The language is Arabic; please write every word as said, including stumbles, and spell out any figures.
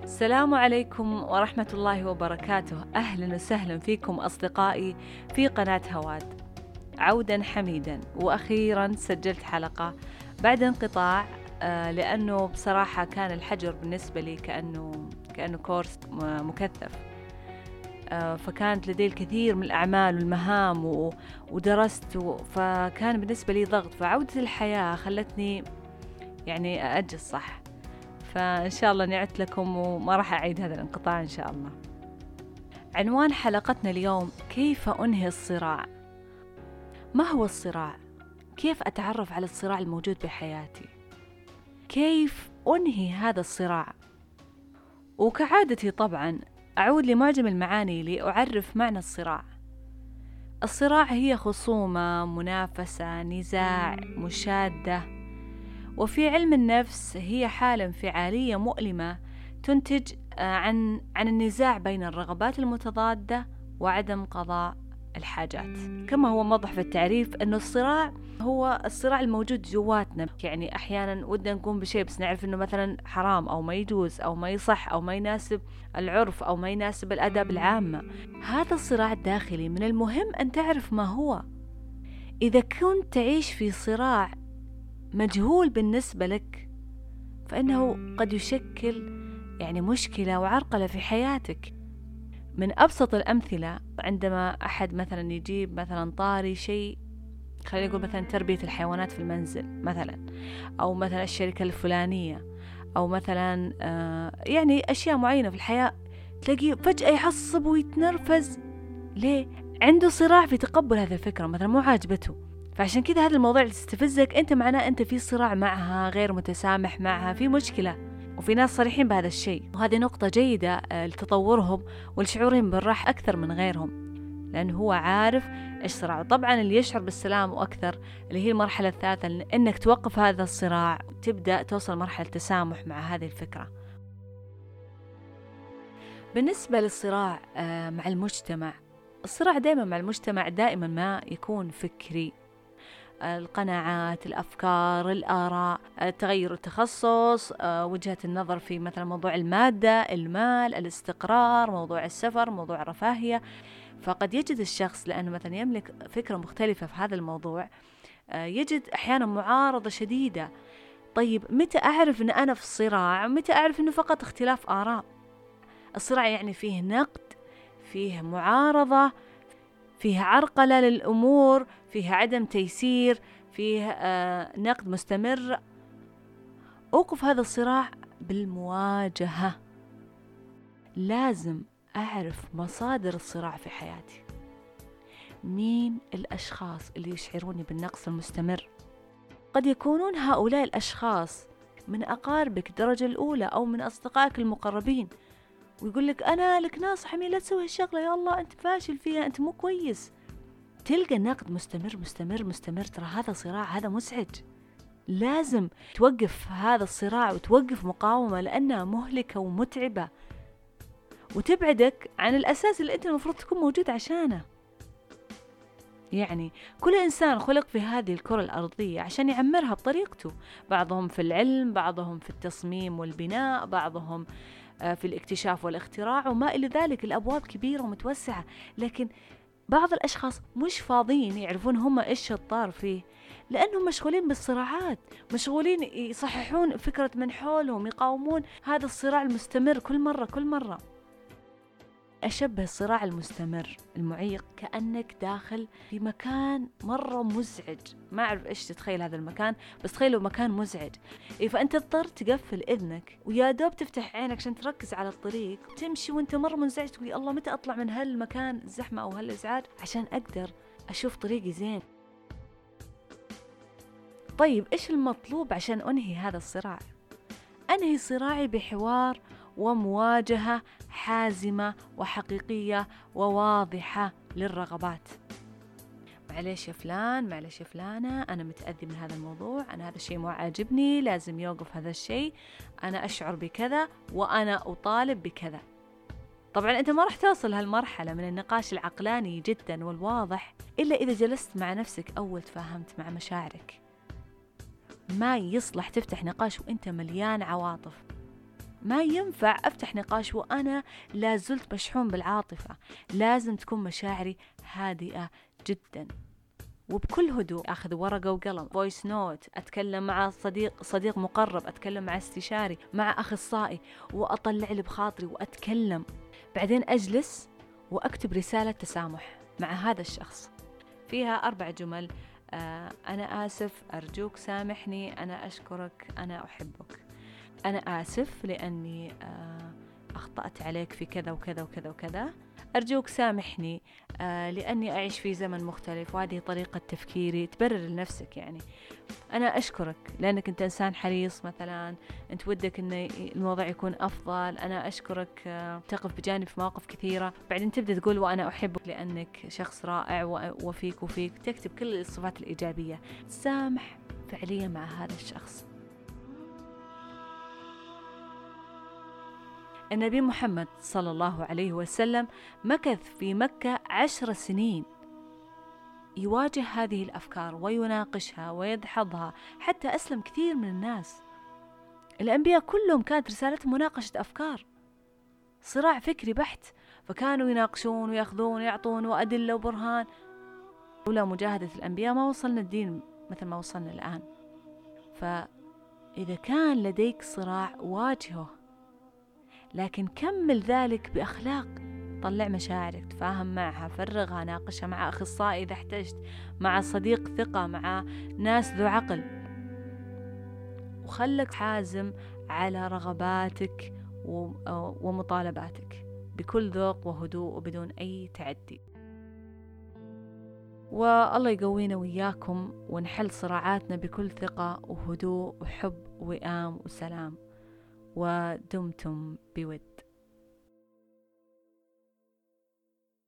السلام عليكم ورحمة الله وبركاته. أهلا وسهلا فيكم أصدقائي في قناة هواد. عودا حميدا، وأخيرا سجلت حلقة بعد انقطاع آه لأنه بصراحة كان الحجر بالنسبة لي كأنه كأنه كورس مكثف. آه فكانت لدي الكثير من الأعمال والمهام و... ودرست و... فكان بالنسبة لي ضغط، فعودة الحياة خلتني يعني أأجل صح. فإن شاء الله نعت لكم وما راح أعيد هذا الانقطاع إن شاء الله. عنوان حلقتنا اليوم: كيف أنهي الصراع؟ ما هو الصراع؟ كيف أتعرف على الصراع الموجود بحياتي؟ كيف أنهي هذا الصراع؟ وكعادتي طبعا أعود لمعجم المعاني لأعرف معنى الصراع. الصراع هي خصومة، منافسة، نزاع، مشادة، وفي علم النفس هي حالة انفعالية مؤلمة تنتج عن عن النزاع بين الرغبات المتضادة وعدم قضاء الحاجات. كما هو موضح في التعريف أنه الصراع هو الصراع الموجود جواتنا. يعني أحيانا ودنا نقوم بشيء بس نعرف أنه مثلا حرام أو ما يجوز أو ما يصح أو ما يناسب العرف أو ما يناسب الآداب العامة. هذا الصراع الداخلي من المهم أن تعرف ما هو. إذا كنت تعيش في صراع مجهول بالنسبة لك فإنه قد يشكل يعني مشكلة وعرقلة في حياتك. من أبسط الأمثلة، عندما أحد مثلا يجيب مثلا طاري شيء، خلينا نقول مثلا تربية الحيوانات في المنزل مثلا، أو مثلا الشركة الفلانية، أو مثلا آه يعني أشياء معينة في الحياة، تلاقيه فجأة يحصب ويتنرفز. ليه؟ عنده صراع في تقبل هذه الفكرة، مثلا مو عاجبته. فعشان كذا هذا الموضوع يستفزك، أنت معناه أنت في صراع معها، غير متسامح معها، في مشكلة. وفي ناس صريحين بهذا الشيء، وهذه نقطة جيدة لتطورهم ولشعورهم بالراحة أكثر من غيرهم، لأنه هو عارف إيش صراعه. طبعا اللي يشعر بالسلام وأكثر اللي هي المرحلة الثالثة، إنك توقف هذا الصراع وتبدأ توصل مرحلة تسامح مع هذه الفكرة. بالنسبة للصراع مع المجتمع، الصراع دائما مع المجتمع دائما ما يكون فكري. القناعات، الأفكار، الآراء، تغير التخصص، وجهة النظر في مثلا موضوع المادة، المال، الاستقرار، موضوع السفر، موضوع الرفاهية. فقد يجد الشخص لأنه مثلا يملك فكرة مختلفة في هذا الموضوع يجد أحيانا معارضة شديدة. طيب متى أعرف أن أنا في الصراع؟ متى أعرف أنه فقط اختلاف آراء؟ الصراع يعني فيه نقد، فيه معارضة، فيه عرقلة للأمور، فيه عدم تيسير، فيه آه نقد مستمر. أوقف هذا الصراع بالمواجهة. لازم أعرف مصادر الصراع في حياتي. مين الأشخاص اللي يشعروني بالنقص المستمر؟ قد يكونون هؤلاء الأشخاص من أقاربك الدرجة الأولى أو من أصدقائك المقربين، ويقول لك أنا لك ناصح مين لا تسوي هالشغلة، يا الله أنت فاشل فيها، أنت مو كويس. تلقى نقد مستمر مستمر مستمر. ترى هذا صراع، هذا مزعج. لازم توقف هذا الصراع وتوقف مقاومة، لأنها مهلكة ومتعبة وتبعدك عن الأساس اللي أنت المفروض تكون موجود عشانه. يعني كل إنسان خلق في هذه الكرة الأرضية عشان يعمرها بطريقته، بعضهم في العلم، بعضهم في التصميم والبناء، بعضهم في الاكتشاف والاختراع وما إلى ذلك. الأبواب كبيرة ومتوسعة، لكن بعض الأشخاص مش فاضيين يعرفون هم إيش شطار فيه، لأنهم مشغولين بالصراعات، مشغولين يصححون فكرة من حولهم، يقاومون هذا الصراع المستمر كل مرة كل مرة. أشبه الصراع المستمر المعيق كأنك داخل في مكان مرة مزعج. ما أعرف إيش تتخيل هذا المكان، بس تخيلوا مكان مزعج. إيه فأنت تضطر تقفل إذنك ويا دوب تفتح عينك عشان تركز على الطريق، تمشي وأنت مرة منزعج، تقول الله متى أطلع من هالمكان الزحمة أو هالإزعاج عشان أقدر أشوف طريقي زين. طيب إيش المطلوب عشان أنهي هذا الصراع؟ أنهي صراعي بحوار ومواجهة حازمة وحقيقية وواضحة للرغبات. معليش يا فلان، معليش يا فلانة، أنا متأذي من هذا الموضوع، أنا هذا الشيء مو عاجبني، لازم يوقف هذا الشيء، أنا أشعر بكذا وأنا أطالب بكذا. طبعا أنت ما راح توصل هالمرحلة من النقاش العقلاني جدا والواضح إلا إذا جلست مع نفسك أول، تفاهمت مع مشاعرك. ما يصلح تفتح نقاش وأنت مليان عواطف، ما ينفع أفتح نقاش وأنا لا زلت مشحون بالعاطفة. لازم تكون مشاعري هادئة جدا، وبكل هدوء أخذ ورقة وقلم، فويس نوت، أتكلم مع صديق صديق مقرب، أتكلم مع استشاري، مع أخصائي، وأطلع لي بخاطري وأتكلم. بعدين أجلس وأكتب رسالة تسامح مع هذا الشخص فيها أربع جمل: آه أنا آسف، أرجوك سامحني، أنا أشكرك، أنا أحبك. أنا آسف لأني آه أخطأت عليك في كذا وكذا وكذا وكذا، أرجوك سامحني آه لأني أعيش في زمن مختلف وهذه طريقة تفكيري. تبرر لنفسك يعني. أنا أشكرك لأنك أنت إنسان حريص، مثلا أنت ودك أن الموضوع يكون أفضل. أنا أشكرك آه تقف بجانب في مواقف كثيرة. بعدين تبدأ تقول وأنا أحبك لأنك شخص رائع وفيك وفيك. تكتب كل الصفات الإيجابية. سامح فعليا مع هذا الشخص. النبي محمد صلى الله عليه وسلم مكث في مكة عشر سنين يواجه هذه الأفكار ويناقشها ويدحضها، حتى أسلم كثير من الناس. الأنبياء كلهم كانت رسالتهم مناقشة أفكار، صراع فكري بحت، فكانوا يناقشون ويأخذون ويعطون وأدلة وبرهان. لولا مجاهدة الأنبياء ما وصلنا الدين مثل ما وصلنا الآن. فإذا كان لديك صراع واجهه، لكن كمل ذلك بأخلاق. طلع مشاعرك، تفاهم معها، فرغها، ناقشها مع أخصائي إذا احتجت، مع صديق ثقة، مع ناس ذو عقل، وخلك حازم على رغباتك ومطالباتك بكل ذوق وهدوء وبدون أي تعدي. والله يقوينا وياكم ونحل صراعاتنا بكل ثقة وهدوء وحب ووئام وسلام. ودمتم بود.